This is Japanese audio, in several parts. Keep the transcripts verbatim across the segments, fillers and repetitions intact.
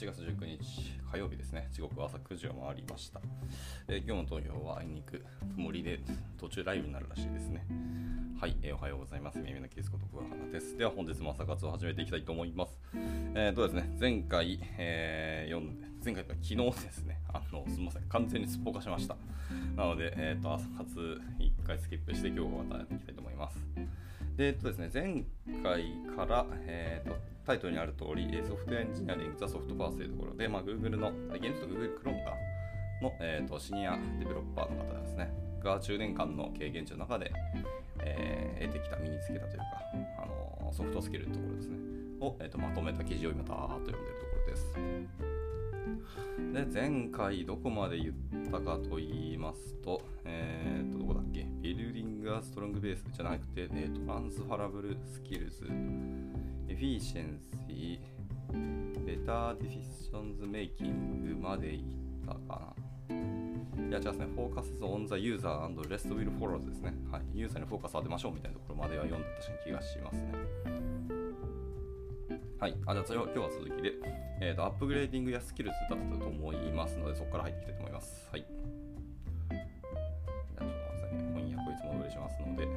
ちがつじゅうくにち火曜日ですね。時刻は朝くじを回りました。えー、今日の投票はあいにく曇りで途中雷雨になるらしいですね。はい、えー、おはようございます。耳のキリスこと桑原です。では本日も朝活を始めていきたいと思います。えーとですね、前回、えー、読んで、前回とか昨日ですね、あのすみません、完全にすっぽかしました。なので、えーと朝活いっかいスキップして今日はまたやっていきたいと思います。で、えっとですね、前回から、えーとタイトルにある通り、ソフトウェアエンジニアリング・ザ・ソフトパースというところで、まあ、Google の、現実と Google Chrome かの、えー、とシニアデベロッパーの方ですね、がじゅうねんかんの経験値の中で、えー、得てきた、身につけたというか、あのソフトスキルのところですね、を、えー、とまとめた記事を今、だーっと読んでいるところです。で、前回どこまで言ったかと言いますと、えー、とどこだっけ、ビルディング・ア・ストロング・ベースじゃなくて、えー、トランスファラブル・スキルズ、エフィシェンシー、ベターディフィッションズメイキングまでいったかな。いや違うですね、フォーカスオンザユーザー&レストウィルフォローズですね。はい、ユーザーにフォーカス当てましょうみたいなところまでは読んだ確かに気がしますね。はい、あじゃあ今日は続きで、えーと、アップグレーディングやスキルズだったと思いますので、そこから入っていきたいと思います。はい。じゃあちょっと待ってくださいね。翻訳をいつもお送りしますので。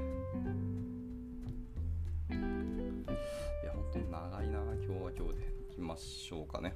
いや、ほんと長いな。今日は今日でいきましょうかね。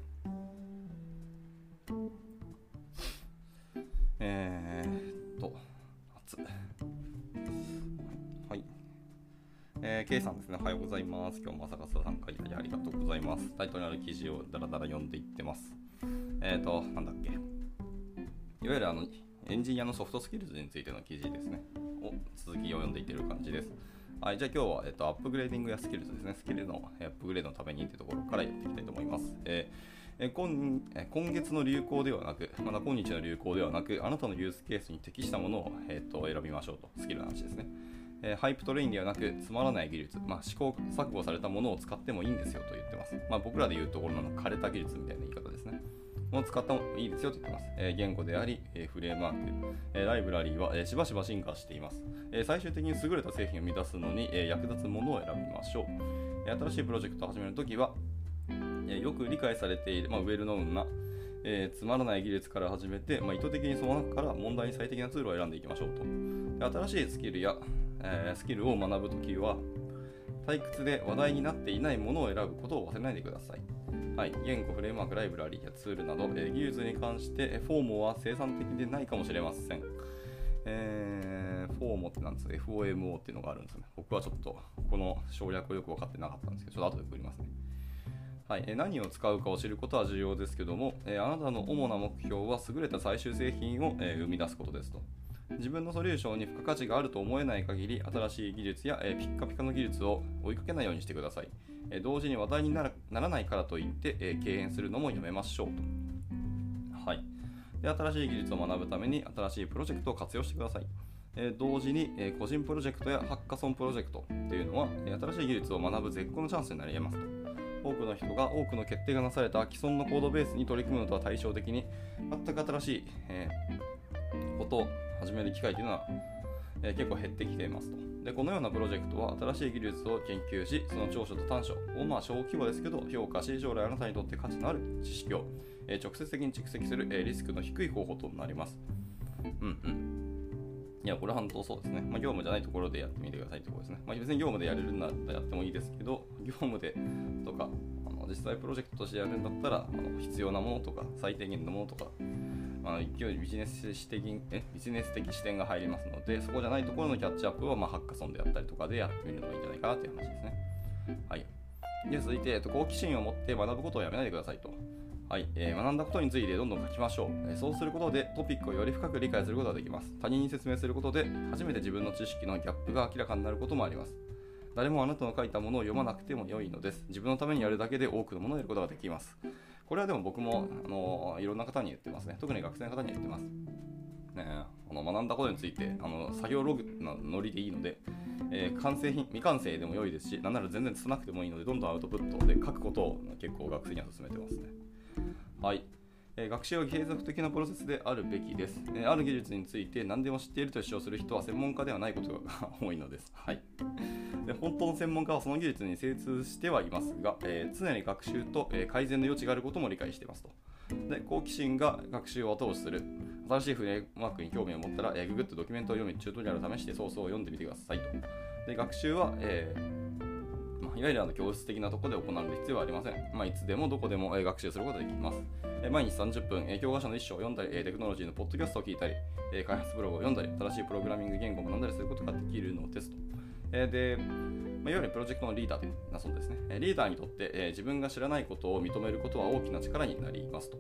えーっと、熱っ。はい。えー、K さんですね。おはようございます。今日も朝活参加いただきありがとうございます。タイトルにある記事をだらだら読んでいってます。えーっと、なんだっけ。いわゆるあの、エンジニアのソフトスキルズについての記事ですね。を続きを読んでいってる感じです。はい、じゃあ今日は、えっと、アップグレーディングやスキルズですね。スキルのアップグレードのためにというところからやっていきたいと思います。えー、え今, 今月の流行ではなく、まだ今日の流行ではなく、あなたのユースケースに適したものを、えー、と選びましょうと。スキルの話ですね。えー、ハイプトレインではなく、つまらない技術、まあ、試行錯誤されたものを使ってもいいんですよと言ってます。まあ、僕らで言うところの枯れた技術みたいな言い方ですね。を使ってもいいですよと言ってます。えー、言語であり、えー、フレームワーク、えー、ライブラリーは、えー、しばしば進化しています。えー、最終的に優れた製品を生み出すのに、えー、役立つものを選びましょう。えー、新しいプロジェクトを始めるときは、えー、よく理解されている、まあ、ウェルノウンな、えー、つまらない技術から始めて、まあ、意図的にその中から問題に最適なツールを選んでいきましょうと。で、新しいスキルや、えー、スキルを学ぶときは、退屈で話題になっていないものを選ぶことを忘れないでください。はい、言語、フレームワーク、ライブラリーやツールなど、えー、技術に関してフォーモは生産的でないかもしれません。えー、フォーモってなんですか？ エフオーエムオー っていうのがあるんですね。僕はちょっとこの省略をよく分かってなかったんですけど、ちょっと後で送りますね。はい、えー、何を使うかを知ることは重要ですけども、えー、あなたの主な目標は優れた最終製品を、えー、生み出すことですと。自分のソリューションに付加価値があると思えない限り、新しい技術や、えー、ピッカピカの技術を追いかけないようにしてください。えー、同時に話題になら、ならないからといって、えー、敬遠するのもやめましょうと。はい。で、新しい技術を学ぶために新しいプロジェクトを活用してください。えー、同時に、えー、個人プロジェクトやハッカソンプロジェクトっていうのは、えー、新しい技術を学ぶ絶好のチャンスになり得ますと。多くの人が多くの決定がなされた既存のコードベースに取り組むのとは対照的に、全く新しい、えー、ことを始める機会というのは、えー、結構減ってきていますと。で、このようなプロジェクトは新しい技術を研究し、その長所と短所を、まあ、小規模ですけど評価し、将来あなたにとって価値のある知識を、えー、直接的に蓄積する、えー、リスクの低い方法となります。うんうん。いや、これは本当そうですね。まあ、業務じゃないところでやってみてくださいということですね。まあ、別に業務でやれるんだったらやってもいいですけど、業務でとか、あの実際プロジェクトとしてやるんだったら、あの必要なものとか、最低限のものとか、あの勢いビジネス的えビジネス的視点が入りますので、そこじゃないところのキャッチアップは、まあ、ハッカソンでやったりとかでやってみるのがいいんじゃないかなという話ですね。はい。で、続いて、えっと、好奇心を持って学ぶことをやめないでくださいと。はい、えー、学んだことについてどんどん書きましょう。えー、そうすることでトピックをより深く理解することができます。他人に説明することで初めて自分の知識のギャップが明らかになることもあります。誰もあなたの書いたものを読まなくても良いのです。自分のためにやるだけで多くのものを得ることができます。これはでも僕も、あのー、いろんな方に言ってますね。特に学生の方には言ってます。ね、あの学んだことについてあの作業ログのノリでいいので、えー、完成品、未完成でも良いですし、なんなら全然つなくてもいいので、どんどんアウトプットで書くことを結構学生には勧めてますね。はい。 えー、学習は継続的なプロセスであるべきです。えー、ある技術について何でも知っていると主張する人は専門家ではないことが多いのです。はい、で本当の専門家はその技術に精通してはいますが、えー、常に学習と、えー、改善の余地があることも理解していますと。で好奇心が学習を後押しする。新しいフレームワークに興味を持ったら、えー、ググってドキュメントを読み、チュートリアルを試してソースを読んでみてくださいと。で学習は、えーまあ、いわゆるあの教室的なところで行う必要はありません。まあ、いつでもどこでも、えー、学習することができます。えー、毎日さんじゅっぷん、えー、教科書の一章を読んだり、えー、テクノロジーのポッドキャストを聞いたり、えー、開発ブログを読んだり、新しいプログラミング言語を学んだりすることができるのですと。えー、で、まあ、いわゆるプロジェクトのリーダーというなそうですね。えー、リーダーにとって、えー、自分が知らないことを認めることは大きな力になりますと。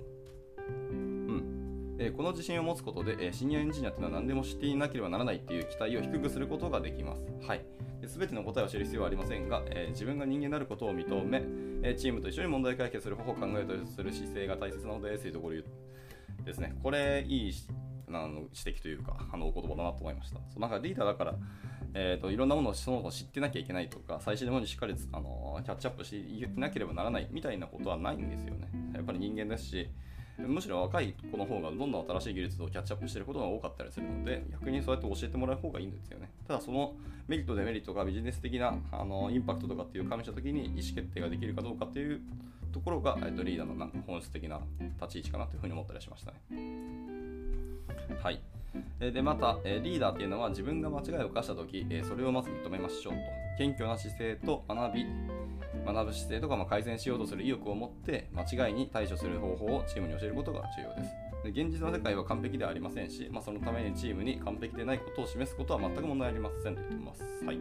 えー、この自信を持つことで、えー、シニアエンジニアというのは何でも知っていなければならないという期待を低くすることができます。はい。すべての答えを知る必要はありませんが、えー、自分が人間であることを認め、えー、チームと一緒に問題解決する方法を考えようとする姿勢が大切なのですというところですね。これ、いいあの指摘というか、あのお言葉だなと思いました。そうなんかリーダーだから、えーと、いろんなものをその知ってなきゃいけないとか、最新のものにしっかりあのキャッチアップしていなければならないみたいなことはないんですよね。やっぱり人間ですし、むしろ若い子の方がどんどん新しい技術をキャッチアップしていることが多かったりするので、逆にそうやって教えてもらう方がいいんですよね。ただそのメリットデメリットがビジネス的なあのインパクトとかっていう加味したときに意思決定ができるかどうかっていうところが、えっと、リーダーのなんか本質的な立ち位置かなというふうに思ったりしましたね。はい。でまた、リーダーっていうのは自分が間違いを犯したとき、それをまず認めましょうと。謙虚な姿勢と学び学ぶ姿勢とか、まあ、改善しようとする意欲を持って間違いに対処する方法をチームに教えることが重要です。で現実の世界は完璧ではありませんし、まあ、そのためにチームに完璧でないことを示すことは全く問題ありませんと言っています。はい。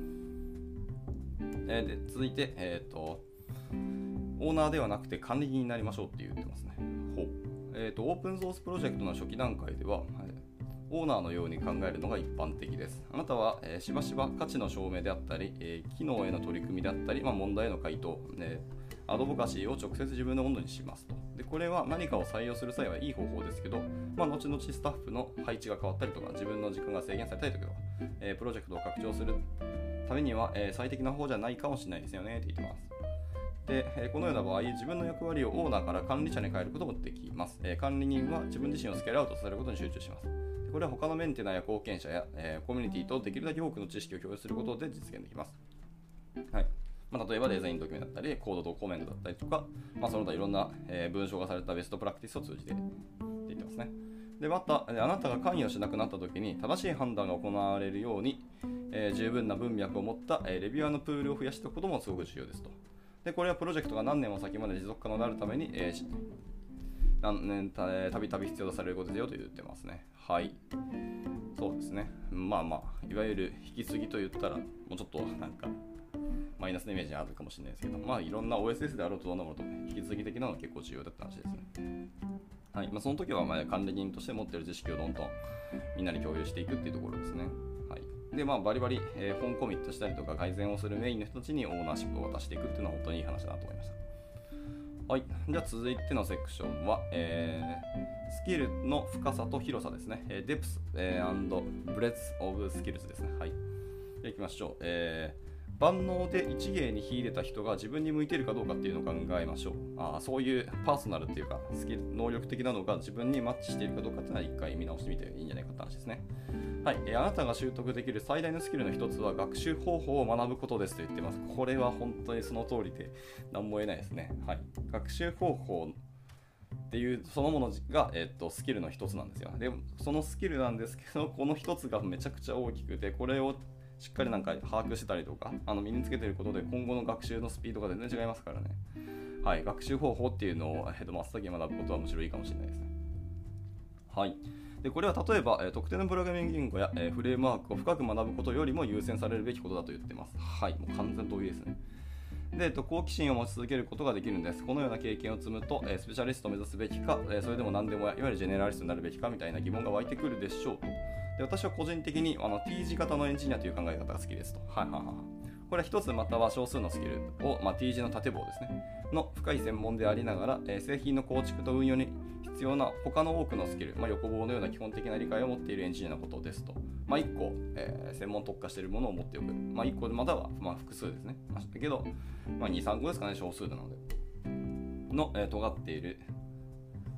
えー、で続いて、えーと、オーナーではなくて管理人になりましょうって言ってますね。ほう。えーと、オープンソースプロジェクトの初期段階では、はい、オーナーのように考えるのが一般的です。あなたは、えー、しばしば価値の証明であったり、えー、機能への取り組みであったり、まあ、問題への回答、ね、アドボカシーを直接自分のものにしますと。でこれは何かを採用する際はいい方法ですけど、まあ、後々スタッフの配置が変わったりとか、自分の時間が制限されたりとか、えー、プロジェクトを拡張するためには、えー、最適な方法じゃないかもしれないですよねって言ってます。で、えー、このような場合、自分の役割をオーナーから管理者に変えることもできます。えー、管理人は自分自身をスケールアウトさせることに集中します。これは他のメンテナーや貢献者や、えー、コミュニティとできるだけ多くの知識を共有することで実現できます。はいまあ、例えばデザインドキュメントだったり、コードとコメントだったりとか、まあ、その他いろんな、えー、文章がされたベストプラクティスを通じてって言ってますね。で、また、あなたが関与しなくなったときに正しい判断が行われるように、えー、十分な文脈を持った、えー、レビュアーのプールを増やしておくこともすごく重要ですと。で、これはプロジェクトが何年も先まで持続可能であるために、えー、何年たびたび必要とされることですよと言ってますね。はい。そうですね。まあまあ、いわゆる引き継ぎと言ったら、もうちょっとなんか、マイナスのイメージがあるかもしれないですけど、まあいろんな オーエスエス であろうとどんなものと引き継ぎ的なのが結構重要だった話ですね。はい。まあその時はまあ管理人として持っている知識をどんどんみんなに共有していくっていうところですね。はい。で、まあバリバリ、えー、本コミットしたりとか改善をするメインの人たちにオーナーシップを渡していくっていうのは本当にいい話だなと思いました。はい。じゃあ続いてのセクションは、えー、スキルの深さと広さですね。えー、デプス、えー、and breadth of skills ですね。はい。でいきましょう。えー万能で一芸に秀でた人が自分に向いているかどうかっていうのを考えましょう。あそういうパーソナルっていうかスキル能力的なのが自分にマッチしているかどうかっていうのは一回見直してみていいんじゃないかって話ですね。はい、えー、あなたが習得できる最大のスキルの一つは学習方法を学ぶことですと言ってます。これは本当にその通りで何も言えないですね。はい、学習方法っていうそのものが、えー、とスキルの一つなんですよ。でそのスキルなんですけど、この一つがめちゃくちゃ大きくて、これをしっかりなんか把握してたりとかあの身につけていることで今後の学習のスピードが全然違いますからね。はい、学習方法っていうのを、えー、と真っ先に学ぶことはむしろいいかもしれないですね。はい。でこれは例えば、えー、特定のプログラミング言語や、えー、フレームワークを深く学ぶことよりも優先されるべきことだと言ってます。はい、もう完全同意ですね。で、えっと、好奇心を持ち続けることができるんです。このような経験を積むと、えー、スペシャリストを目指すべきか、えー、それでも何でもや、いわゆるジェネラリストになるべきかみたいな疑問が湧いてくるでしょうと。で私は個人的にあの T 字型のエンジニアという考え方が好きですと。はいはいはい。これは一つまたは少数のスキルを、まあ、T 字の縦棒ですね。の深い専門でありながら、えー、製品の構築と運用に必要な他の多くのスキル、まあ、横棒のような基本的な理解を持っているエンジニアのことですと。まあ、いっこ、えー、専門特化しているものを持っておく。まあ、いっこまたは、まあ、複数ですね。まあ、だけど、まあ、に、さんこですかね、少数なので。の、えー、尖っている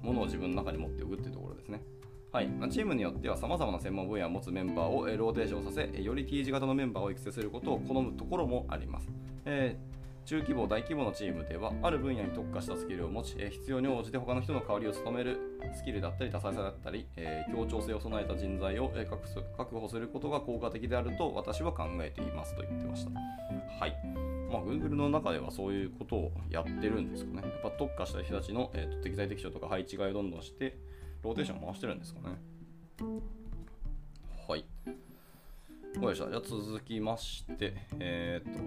ものを自分の中に持っておくっていうところですね。はい、チームによっては様々な専門分野を持つメンバーをローテーションさせ、より T 字型のメンバーを育成することを好むところもあります。えー中規模、大規模のチームでは、ある分野に特化したスキルを持ち、えー、必要に応じて他の人の代わりを務めるスキルだったり、多彩さだったり、えー、協調性を備えた人材を、えー、確, 確保することが効果的であると私は考えていますと言ってました。はい。まあ、Google の中ではそういうことをやってるんですかね。やっぱ特化した人たちの、えー、と適材適所とか配置換えをどんどんして、ローテーションを回してるんですかね。はい。わかりました。じゃあ続きまして、えー、っと、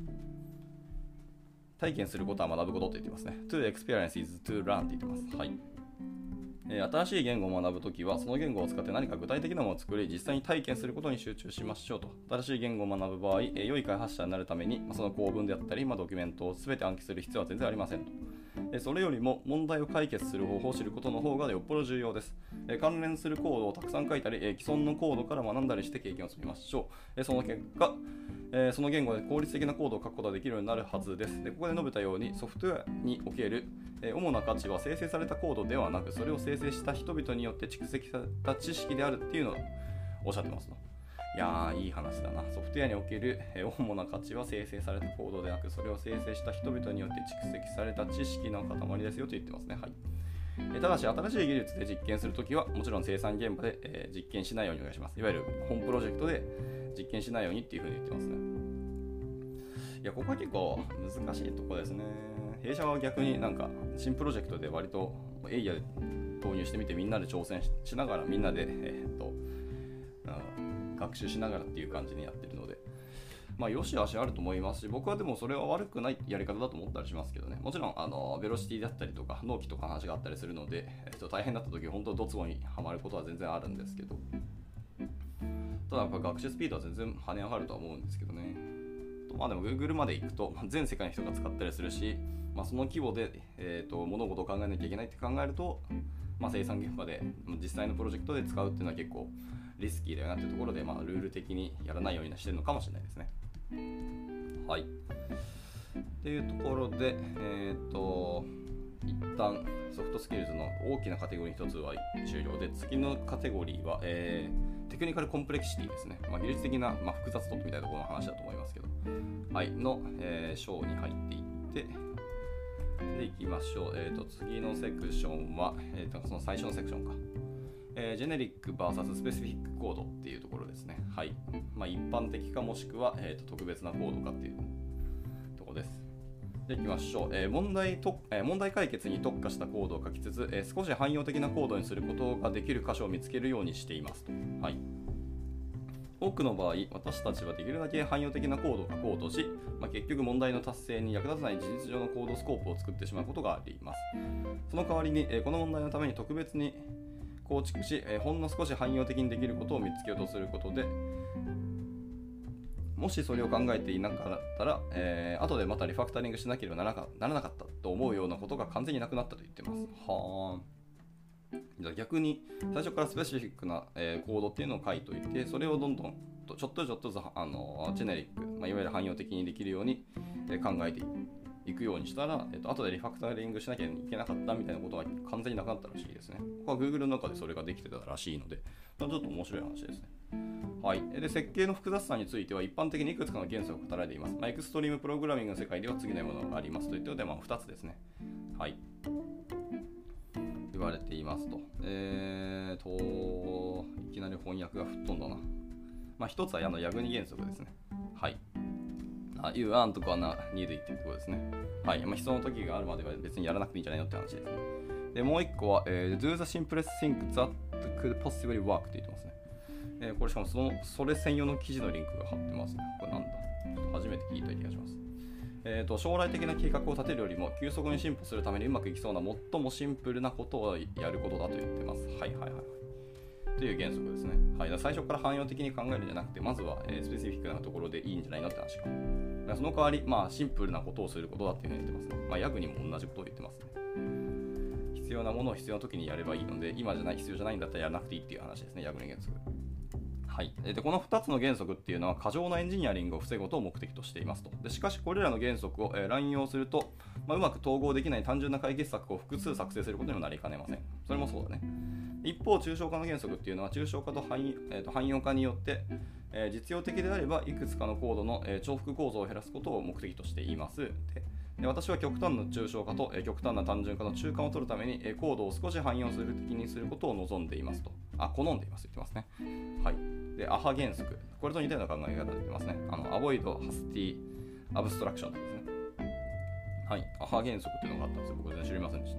体験することは学ぶことと言ってますね。To experience is to learn って言ってます。はい。えー、新しい言語を学ぶときは、その言語を使って何か具体的なものを作り、実際に体験することに集中しましょうと。新しい言語を学ぶ場合、えー、良い開発者になるために、まあ、その構文であったり、まあ、ドキュメントを全て暗記する必要は全然ありませんと。えー、それよりも問題を解決する方法を知ることの方がよっぽど重要です。えー、関連するコードをたくさん書いたり、えー、既存のコードから学んだりして経験を積みましょう。えー、その結果、えー、その言語で効率的なコードを書くことができるようになるはずです。で、ここで述べたようにソフトウェアにおける、えー、主な価値は生成されたコードではなく、それを生成した人々によって蓄積された知識であるっていうのをおっしゃってますの。いやー、いい話だな。ソフトウェアにおける、えー、主な価値は生成されたコードでなく、それを生成した人々によって蓄積された知識の塊ですよと言ってますね。はい。えー、ただし、新しい技術で実験するときは、もちろん生産現場で、えー、実験しないようにお願いします。いわゆる本プロジェクトで実験しないようにっていうふうに言ってますね。いや、ここは結構難しいところですね。弊社は逆になんか新プロジェクトで割とエイヤで導入してみてみんなで挑戦しながらみんなで、えー、っと学習しながらっていう感じにやってるので、まあ良し悪しあると思いますし、僕はでもそれは悪くないやり方だと思ったりしますけどね。もちろんあのベロシティだったりとか納期とかの話があったりするので、えー、っと大変だった時本当ドツボにはまることは全然あるんですけど、ただやっぱ学習スピードは全然跳ね上がるとは思うんですけどね。まあでも Google まで行くと全世界の人が使ったりするし、まあ、その規模で、えー、と物事を考えなきゃいけないって考えると、まあ、生産現場で実際のプロジェクトで使うっていうのは結構リスキーだよなっていうところで、まあ、ルール的にやらないようにしてるのかもしれないですね。はい。っていうところで、えっ、ー、と一旦ソフトスキルズの大きなカテゴリー一つは終了で、次のカテゴリーは、えー、テクニカルコンプレキシティですね。まあ、技術的な、まあ、複雑度みたいなところの話だと思いますけど、はい、の、えー、章に入っていってでいきましょう。えー、と次のセクションは、えー、とその最初のセクションか、えー、ジェネリック ブイエス スペシフィックコードっていうところですね。はい。まあ、一般的かもしくは、えー、と特別なコードかっていうところです。でいきましょう。えー、問題と、えー、問題解決に特化したコードを書きつつ、えー、少し汎用的なコードにすることができる箇所を見つけるようにしていますと。はい。多くの場合、私たちはできるだけ汎用的なコードを書こうとし、まあ、結局問題の達成に役立たない事実上のコードスコープを作ってしまうことがあります。その代わりに、えー、この問題のために特別に構築し、えー、ほんの少し汎用的にできることを見つけようとすることで、もしそれを考えていなかったら、えー、後でまたリファクタリングしなければならなかったと思うようなことが完全になくなったと言ってます。はー。じゃあ逆に最初からスペシフィックな、えー、コードっていうのを書いておいて、それをどんどんとちょっとちょっとずつあのジェネリック、まあ、いわゆる汎用的にできるように、えー、考えていくようにしたら、えー、と後でリファクタリングしなきゃいけなかったみたいなことが完全になくなったらしいですね。ここは Google の中でそれができてたらしいので、ちょっと面白い話ですね。はい。で、設計の複雑さについては一般的にいくつかの原則が語られています。まあ、エクストリームプログラミングの世界では次のようなものがありますといったので、まあ、ふたつですね。はい。言われていますと。えーと、いきなり翻訳が吹っ飛んだな。まあ、一つはあのヤグニ原則ですね。はい。あ、You aren't gonna need it っていうところですね。はい。まあ、必要な時があるまでは別にやらなくていいんじゃないのって話ですね。で、もう一個は、えー、Do the simplest thing that could possibly work って言ってますね。えー、これしかもその、それ専用の記事のリンクが貼ってますね。これなんだ？初めて聞いた気がします。えーと、将来的な計画を立てるよりも急速に進歩するためにうまくいきそうな最もシンプルなことをやることだと言ってます。はいはいはい。という原則ですね。はい。だ最初から汎用的に考えるんじゃなくて、まずは、えー、スペシフィックなところでいいんじゃないのって話か。だその代わり、まあ、シンプルなことをすることだっていうふうに言ってますね。まあ、ヤグにも同じことを言ってますね。必要なものを必要な時にやればいいので、今じゃない、必要じゃないんだったらやらなくていいっていう話ですね。ヤグに原則。 はい、でこのふたつの原則っていうのは過剰なエンジニアリングを防ぐことを目的としていますと。でしかしこれらの原則を、えー、乱用すると、まあ、うまく統合できない単純な解決策を複数作成することにもなりかねません。それもそうだね。一方抽象化の原則っていうのは抽象化と汎、えー、と汎用化によって、えー、実用的であればいくつかのコードの、えー、重複構造を減らすことを目的としています。でで私は極端な抽象化と、えー、極端な単純化の中間を取るために、えー、コードを少し汎用する的にすることを望んでいますと。あ、好んでいますと言ってますね。はい。で、アハ原則。これと似たような考え方で言ってますね。あの、アボイド、ハスティ、アブストラクションですね。はい。アハ原則っていうのがあったんですよ。僕全然知りませんでした。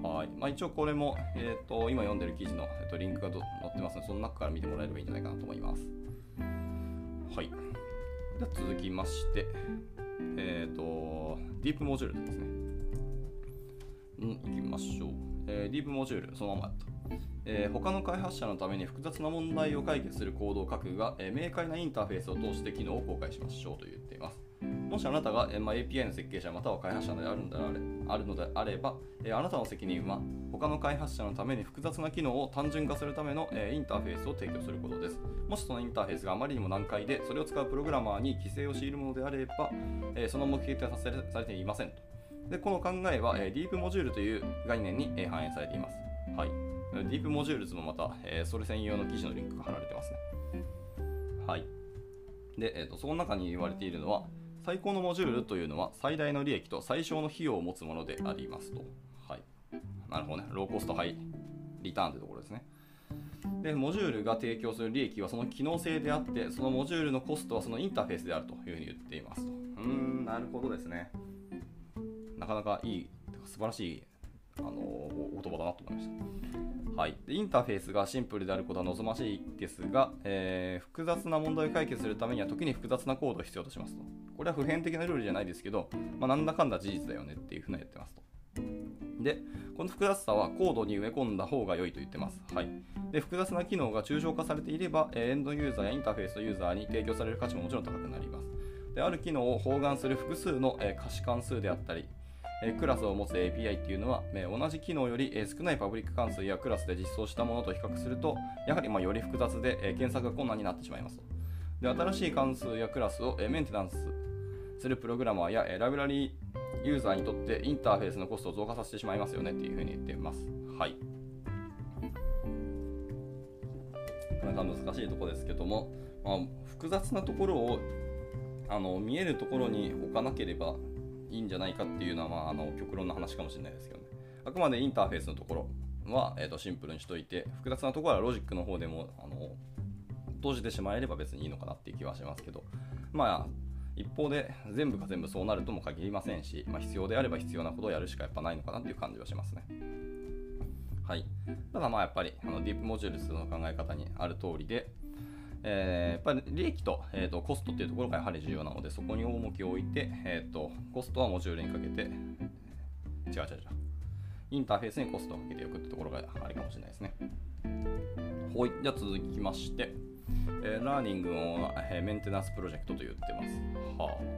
はい。まあ一応これも、えっ、ー、と、今読んでる記事の、えー、とリンクが載ってますので、その中から見てもらえればいいんじゃないかなと思います。はい。では続きまして、えっ、ー、と、ディープモジュールですね。うん、行きましょう。えー、ディープモジュール、そのままやった。えー、他の開発者のために複雑な問題を解決するコードを書くが、えー、明快なインターフェースを通して機能を公開しましょうと言っています。もしあなたが、えーまあ、エーピーアイ の設計者または開発者であるのであれあるのであれば、えー、あなたの責任は他の開発者のために複雑な機能を単純化するための、えー、インターフェースを提供することです。もしそのインターフェースがあまりにも難解でそれを使うプログラマーに規制を強いるものであれば、えー、その目的は達成されていませんと。でこの考えは、えー、ディープモジュールという概念に、えー、反映されています。はい。ディープモジュールズもまた、えー、それ専用の記事のリンクが貼られてますね。はい。で、えーと、その中に言われているのは、最高のモジュールというのは最大の利益と最小の費用を持つものでありますと。はい。なるほどね。ローコストハイリターンというところですね。で、モジュールが提供する利益はその機能性であって、そのモジュールのコストはそのインターフェースであるというふうに言っていますと。うーん、なるほどですね。なかなかいい、素晴らしいあのお言葉だなと思いました。はい、でインターフェースがシンプルであることは望ましいですが、えー、複雑な問題を解決するためには時に複雑なコードを必要としますと。これは普遍的なルールじゃないですけど、まあ、なんだかんだ事実だよねっていうふうに言ってますと。で、この複雑さはコードに埋め込んだ方が良いと言ってます。はい、で複雑な機能が抽象化されていれば、エンドユーザーやインターフェースのユーザーに提供される価値ももちろん高くなります。である機能を包含する複数の可視関数であったり、クラスを持つ エーピーアイ っていうのは同じ機能より少ないパブリック関数やクラスで実装したものと比較するとやはりまあより複雑で検索が困難になってしまいます。で新しい関数やクラスをメンテナンスするプログラマーやライブラリーユーザーにとってインターフェースのコストを増加させてしまいますよねっていうふうに言っています。はい。なかなか難しいところですけども、まあ、複雑なところをあの見えるところに置かなければいいんじゃないかっていうのは、まあ、あの極論の話かもしれないですけどね。あくまでインターフェースのところは、えー、とシンプルにしといて、複雑なところはロジックの方でもあの閉じてしまえれば別にいいのかなっていう気はしますけど、まあ一方で全部が全部そうなるとも限りませんし、まあ、必要であれば必要なことをやるしかやっぱないのかなっていう感じはしますね。はい。ただまあやっぱりあのディープモジュールズの考え方にある通りで、えー、やっぱり利益と、えー、とコストっていうところがやはり重要なので、そこに重きを置いて、えー、とコストはモジュールにかけて、違う違う違うインターフェースにコストをかけておくってところがあるかもしれないですね。はい。じゃあ続きまして、えー、ラーニングの、えー、メンテナンスプロジェクトと言ってます。はあ。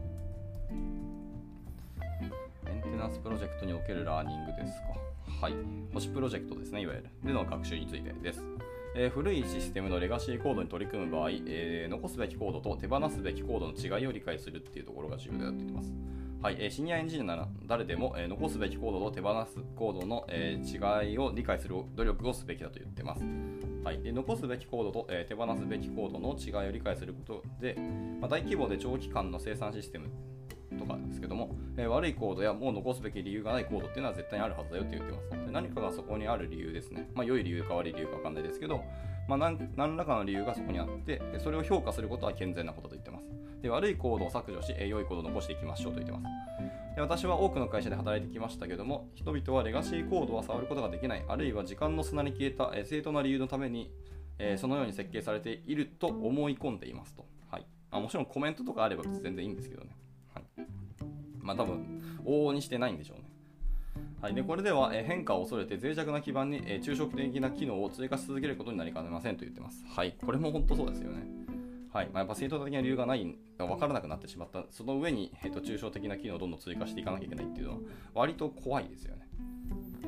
メンテナンスプロジェクトにおけるラーニングですか。はい。星プロジェクトですね、いわゆる。での学習についてです。えー、古いシステムのレガシーコードに取り組む場合、えー、残すべきコードと手放すべきコードの違いを理解するっていうところが重要だと言っています。はい、えー、シニアエンジニアなら誰でも、えー、残すべきコードと手放すコードの、えー、違いを理解する努力をすべきだと言っています。はい、で残すべきコードと、えー、手放すべきコードの違いを理解することで、まあ、大規模で長期間の生産システムとかですけども、えー、悪いコードやもう残すべき理由がないコードっていうのは絶対にあるはずだよって言ってます。で何かがそこにある理由ですね。まあ、良い理由か悪い理由か分かんないですけど、まあ、何, 何らかの理由がそこにあって、それを評価することは健全なことと言ってます。で悪いコードを削除し、えー、良いコードを残していきましょうと言ってます。で私は多くの会社で働いてきましたけども、人々はレガシーコードは触ることができない、あるいは時間の砂に消えた、えー、正当な理由のために、えー、そのように設計されていると思い込んでいますと。はい、あもちろんコメントとかあれば全然いいんですけどね。はい、まあ多分往々にしてないんでしょうね。はい、でこれでは、えー、変化を恐れて脆弱な基盤に、えー、抽象的な機能を追加し続けることになりかねませんと言ってます。はい、これも本当そうですよね。はい、まあ、やっぱ正当的な理由がない、分からなくなってしまった、その上に、えー、と抽象的な機能をどんどん追加していかなきゃいけないっていうのは割と怖いですよね。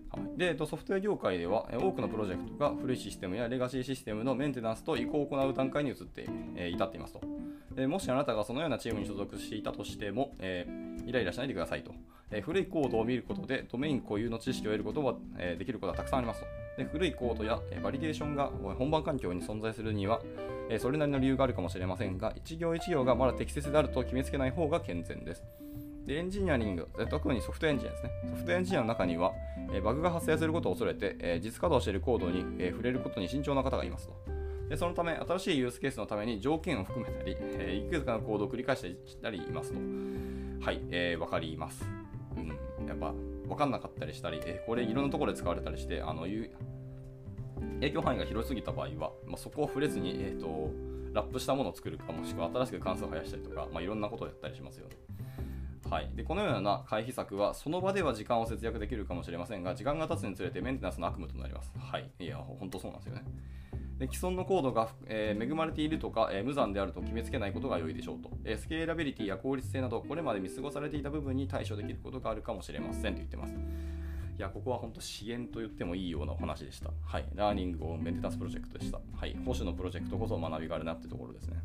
はい、でソフトウェア業界では多くのプロジェクトが古いシステムやレガシーシステムのメンテナンスと移行を行う段階に移って、えー、至っていますと。でもしあなたがそのようなチームに所属していたとしても、えー、イライラしないでくださいと。えー、古いコードを見ることでドメイン固有の知識を得ることは、えー、できることはたくさんありますと。で古いコードや、えー、バリデーションが本番環境に存在するには、えー、それなりの理由があるかもしれませんが、一行一行がまだ適切であると決めつけない方が健全です。でエンジニアリング、特にソフトエンジニアですね。ソフトエンジニアの中には、えー、バグが発生することを恐れて、えー、実稼働しているコードに、えー、触れることに慎重な方がいますと。でそのため、新しいユースケースのために条件を含めたり、えー、いくつかのコードを繰り返したりいますと。はい、えー、わかります。うん、やっぱ、わかんなかったりしたり、えー、これいろんなところで使われたりして、あの影響範囲が広すぎた場合は、まあ、そこを触れずに、えーと、ラップしたものを作るか、もしくは新しく関数を増やしたりとか、まあ、いろんなことをやったりしますよね。はい、でこのような回避策はその場では時間を節約できるかもしれませんが、時間が経つにつれてメンテナンスの悪夢となります。はい、いや、本当そうなんですよね。で既存のコードが、えー、恵まれているとか、えー、無残であると決めつけないことが良いでしょうと。えー、スケーラビリティや効率性など、これまで見過ごされていた部分に対処できることがあるかもしれませんと言ってます。いや、ここは本当資源と言ってもいいようなお話でした。はい、ラーニングオンメンテナンスプロジェクトでした。はい、保守のプロジェクトこそ学びがあるなってところですね。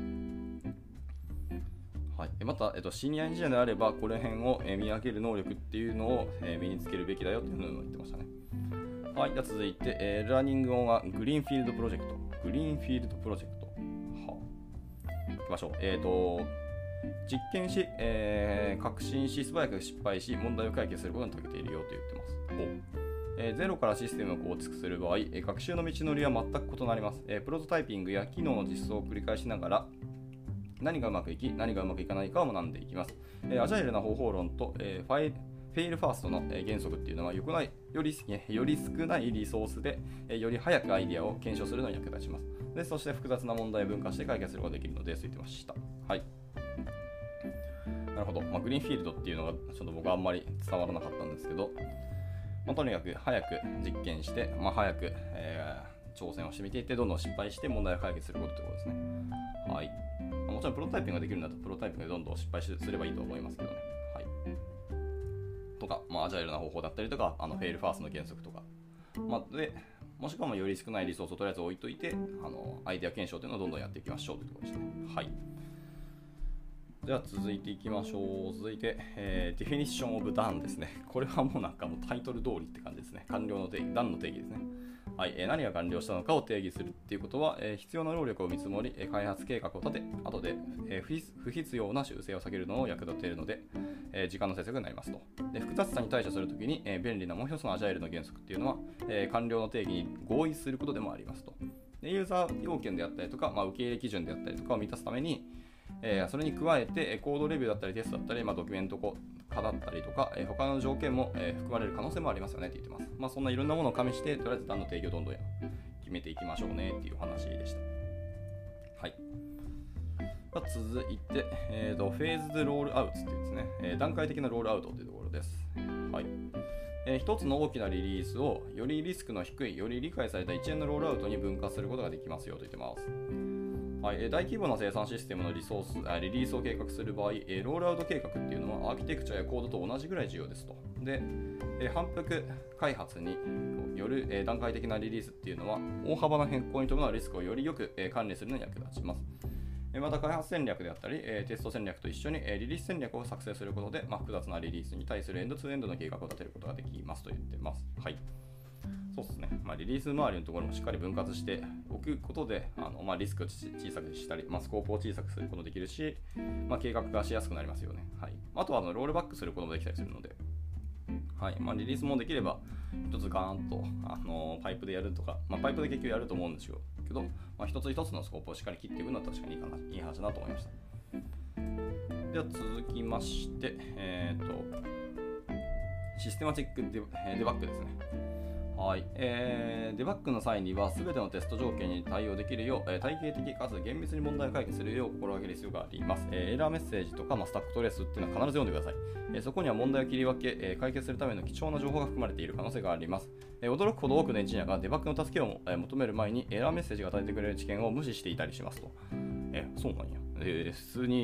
はい、また、えっと、シニアエンジニアであれば、この辺を、えー、見分ける能力っていうのを、えー、身につけるべきだよっていうのを言ってましたね。はい、では続いて、えー、ラーニングオンはグリーンフィールドプロジェクト。グリーンフィールドプロジェクト。はあ、いきましょう。えっ、ー、と、実験し、えー、革新し、素早く失敗し、問題を解決することに長けているよと言ってます。ほうえー、ゼロからシステムを構築する場合、えー、学習の道のりは全く異なります。えー、プロトタイピングや機能の実装を繰り返しながら、何がうまくいき、何がうまくいかないかを学んでいきます。えー、アジャイルな方法論と、えー、ファイフェイルファーストの原則っていうのはよくないより、より少ないリソースでより早くアイデアを検証するのに役立ちます。でそして複雑な問題を分化して解決することができるので、そう言ってました。はい。なるほど。まあ、グリーンフィールドっていうのがちょっと僕はあんまり伝わらなかったんですけど、まあ、とにかく早く実験して、まあ、早く、えー、挑戦をしてみていって、どんどん失敗して問題を解決することということですね。はい。まあ、もちろんプロトタイピングができるんだと、プロトタイピングでどんどん失敗すればいいと思いますけどね。はい。とか、まあ、アジャイルな方法だったりとか、あのフェイルファーストの原則とか、まあ、でもしくはより少ないリソースをとりあえず置いといて、あのアイデア検証というのをどんどんやっていきましょうというところでしたね。はい。では続いていきましょう。続いて、えー、ディフィニッションオブダンですね。これはもうなんかもうタイトル通りって感じですね。完了の定義、ダンの定義ですね。はい、えー、何が完了したのかを定義するっていうことは、えー、必要な労力を見積もり、えー、開発計画を立て、後で、えー、不必要な修正を避けるのを役立ているので、えー、時間の節約になりますと。で複雑さに対処するときに、えー、便利なもう一つのアジャイルの原則っていうのは、えー、完了の定義に合意することでもありますと。でユーザー要件であったりとか、まあ、受け入れ基準であったりとかを満たすために、えー、それに加えてコードレビューだったりテストだったり、まあ、ドキュメント化だったりとか、えー、他の条件も、えー、含まれる可能性もありますよねって言ってます。まあ、そんないろんなものを加味して、とりあえず段の定義をどんどん決めていきましょうねっていう話でした。はい。続いて、えーと、フェーズドロールアウトっていうですね、えー、段階的なロールアウトというところです。はい。えー、一つの大きなリリースをよりリスクの低い、より理解された一連のロールアウトに分割することができますよと言ってます。はい、大規模な生産システムのリソースあリリースを計画する場合、ロールアウト計画っていうのはアーキテクチャやコードと同じぐらい重要ですと。で、反復開発による段階的なリリースっていうのは大幅な変更に伴うリスクをよりよく管理するのに役立ちます。また開発戦略であったり、テスト戦略と一緒にリリース戦略を作成することで、まあ、複雑なリリースに対するエンドツーエンドの計画を立てることができますと言ってます。はい。そうですね。まあ、リリース周りのところもしっかり分割しておくことで、あのまあ、リスクを小さくしたり、まあ、スコープを小さくすることもできるし、まあ、計画がしやすくなりますよね。はい。あとはあのロールバックすることもできたりするので、はい。まあ、リリースもできれば、一つガーンと、あのー、パイプでやるとか、まあ、パイプで結局やると思うんですよ。けど、まあ、一つ一つのスコープをしっかり切っていくのは確かにいいかな、いい話だなと思いました。では続きまして、えーと、システマチックデバッグですね。はい、えー、デバッグの際には全てのテスト条件に対応できるよう、えー、体系的かつ厳密に問題を解決するよう心がける必要があります。えー、エラーメッセージとか、まあ、スタックトレースっていうのは必ず読んでください。えー、そこには問題を切り分け、えー、解決するための貴重な情報が含まれている可能性があります。えー、驚くほど多くのエンジニアがデバッグの助けを、えー、求める前にエラーメッセージが与えてくれる知見を無視していたりしますと。えー、そうなんや。えー、普通に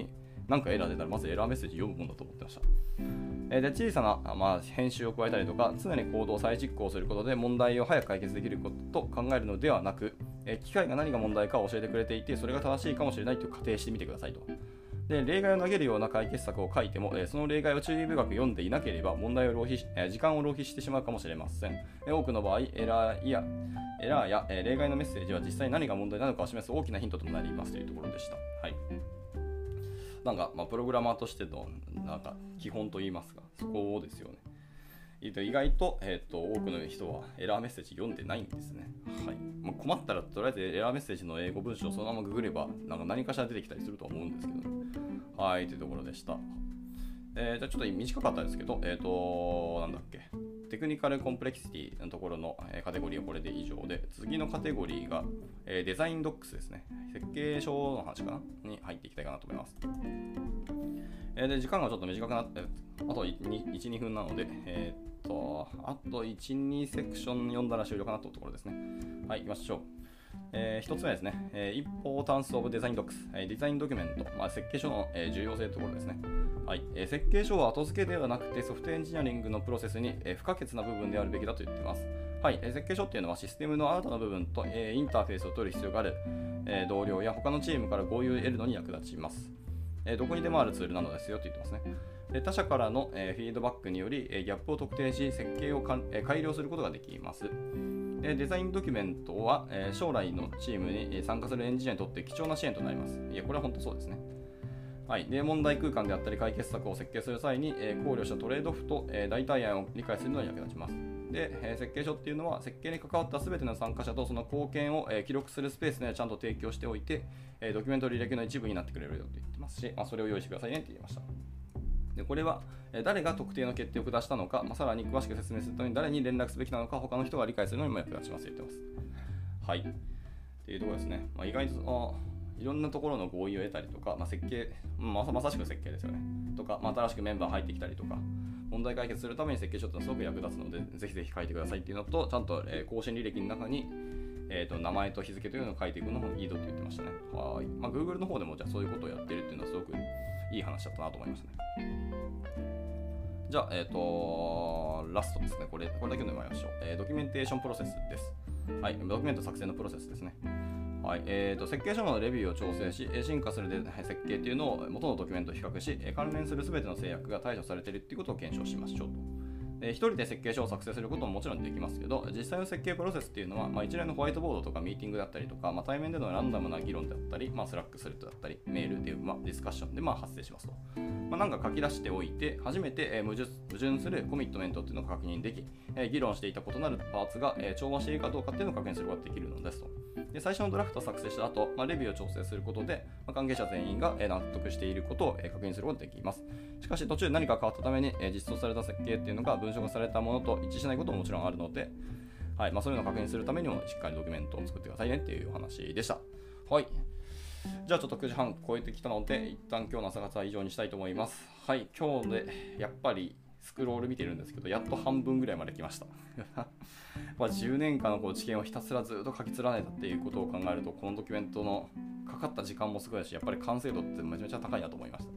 なんかエラー出たらまずエラーメッセージ読むもんだと思ってました。えー、で小さな、まあ、編集を加えたりとか、常に行動を再実行することで問題を早く解決できることと考えるのではなく、えー、機械が何が問題かを教えてくれていて、それが正しいかもしれないという仮定してみてくださいと。で例外を投げるような解決策を書いても、えー、その例外を注意深く読んでいなければ問題を浪費し、えー、時間を浪費してしまうかもしれません。えー、多くの場合エラーやエラーや、えー、例外のメッセージは実際何が問題なのかを示す大きなヒントとなりますというところでした。はい、なんか、まあ、プログラマーとしてのなんか基本といいますか、そこですよね。意外と、えー、と多くの人はエラーメッセージ読んでないんですね。はい、まあ、困ったらとりあえずエラーメッセージの英語文章をそのままググればなんか何かしら出てきたりすると思うんですけどね。はい、というところでした。えー、じゃあちょっと短かったですけど、えっ、ー、となんだっけテクニカルコンプレキシティのところの、えー、カテゴリーはこれで以上で、次のカテゴリーが、えー、デザインドックスですね。設計書の話かなに入っていきたいかなと思います。えー、で時間がちょっと短くなって、あといち、にふんなので、えーとあといち、にセクション読んだら終了かなというところですね。はい、行きましょう。えー、ひとつめですね、えー、Importance of Design Docs、えー、デザインドキュメント、まあ、設計書の、えー、重要性というところですね。はい、えー、設計書は後付けではなくてソフトエンジニアリングのプロセスに、えー、不可欠な部分であるべきだと言っています。はい、えー、設計書っていうのはシステムの新たな部分と、えー、インターフェースを取る必要がある、えー、同僚や他のチームから合意を得るのに役立ちます。えー、どこにでもあるツールなのですよと言ってますね。で他社からの、えー、フィードバックにより、えー、ギャップを特定し設計をかん、えー、改良することができます。でデザインドキュメントは、えー、将来のチームに参加するエンジニアにとって貴重な支援となります。いや、これは本当そうですね。はい、で問題空間であったり解決策を設計する際に、えー、考慮したトレードオフと、えー、代替案を理解するのに役立ちます。で、えー、設計書っていうのは設計に関わった全ての参加者とその貢献を、えー、記録するスペースにちゃんと提供しておいて、えー、ドキュメント履歴の一部になってくれるよと言ってますし、まあ、それを用意してくださいねって言いました。でこれは誰が特定の決定を下したのか、まあ、さらに詳しく説明するために誰に連絡すべきなのか他の人が理解するのにも役立ちますと言ってます。はい。っていうところですね。まあ、意外とあいろんなところの合意を得たりとか、まあ、設計、まあ、まさしく設計ですよね。とか、まあ、新しくメンバー入ってきたりとか、問題解決するために設計書ってのはすごく役立つので、ぜひぜひ書いてくださいっていうのと、ちゃんと、えー、更新履歴の中に、えー、と名前と日付というのを書いていくのもいいと言ってましたね。はい。まあ、Google の方でもじゃあそういうことをやってるっていうのはすごくいい話だったなと思いましたね。じゃあ、えっ、ー、と、ラストですね。これ、これだけ読んでまいりましょう。えー、ドキュメンテーションプロセスです。はい。ドキュメント作成のプロセスですね。はい。えーと、設計書のレビューを調整し、進化する設計っていうのを元のドキュメントと比較し、関連するすべての制約が対処されているっていうことを検証しましょうと。えー、一人で設計書を作成することももちろんできますけど、実際の設計プロセスっていうのは、まあ、一連のホワイトボードとかミーティングだったりとか、まあ、対面でのランダムな議論だったり、まあ、スラックスレッドだったり、メールで、まあ、ディスカッションでまあ発生しますと。まあ、なんか書き出しておいて、初めて、えー、矛盾するコミットメントっていうのを確認でき、えー、議論していた異なるパーツが、えー、調和しているかどうかっていうのを確認することができるのですと。で最初のドラフトを作成した後、まあ、レビューを調整することで、まあ、関係者全員が、えー、納得していることを、えー、確認することができます。しかし途中で何か変わったために、えー、実装された設計っていうのが文章化されたものと一致しないことももちろんあるので、はいまあ、そういうのを確認するためにもしっかりドキュメントを作ってくださいねっていうお話でした。はい。じゃあちょっとくじはん超えてきたので、一旦今日の朝活は以上にしたいと思います。はい、今日でやっぱりスクロール見てるんですけど、やっと半分ぐらいまで来ました。まあじゅうねんかんのこう知見をひたすらずっと書き連ねたっていうことを考えると、このドキュメントのかかった時間もすごいだし、やっぱり完成度ってめちゃめちゃ高いなと思いました。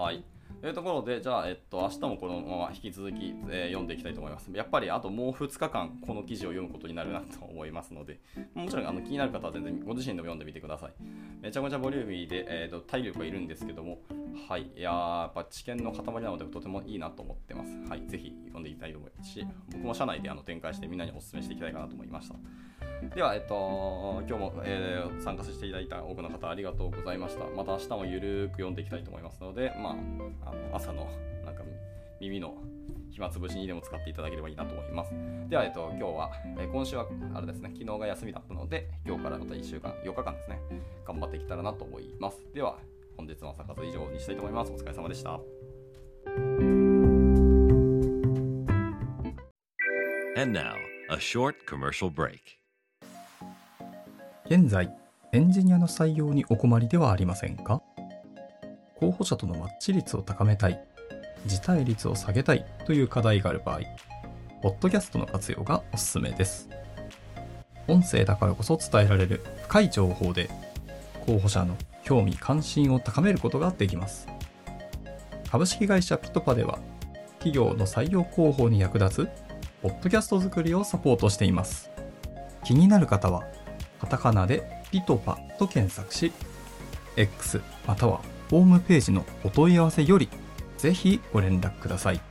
はい。というところで、じゃあ、えっと、明日もこのまま引き続き、えー、読んでいきたいと思います。やっぱりあともうふつかかんこの記事を読むことになるなと思いますので、もちろんあの気になる方は全然ご自身でも読んでみてください。めちゃめちゃボリューミーで、えー、と体力がいるんですけども、はい、いやーやっぱ知見の塊なのでとてもいいなと思ってます。はい、ぜひ読んでいきたいと思いますし、僕も社内であの展開してみんなにお勧めしていきたいかなと思いました。では、えっと、今日も、えー、参加させていただいた多くの方ありがとうございました。また明日もゆるーく読んでいきたいと思いますので、まあ、あの朝のなんか耳の暇つぶしにでも使っていただければいいなと思います。では、えっと、今日は、えー、今週はあれですね、昨日が休みだったので、今日からまたいっしゅうかん、よっかかんですね、頑張っていけたらなと思います。では、本日の朝活以上にしたいと思います。お疲れ様でした。 And now, a short commercial break. 現在、エンジニアの採用にお困りではありませんか？候補者とのマッチ率を高めたい、辞退率を下げたいという課題がある場合、ポッドキャストの活用がおすすめです。音声だからこそ伝えられる深い情報で、候補者の興味関心を高めることができます。株式会社ピトパでは、企業の採用広報に役立つポッドキャスト作りをサポートしています。気になる方はカタカナでピトパと検索し、X またはホームページのお問い合わせよりぜひご連絡ください。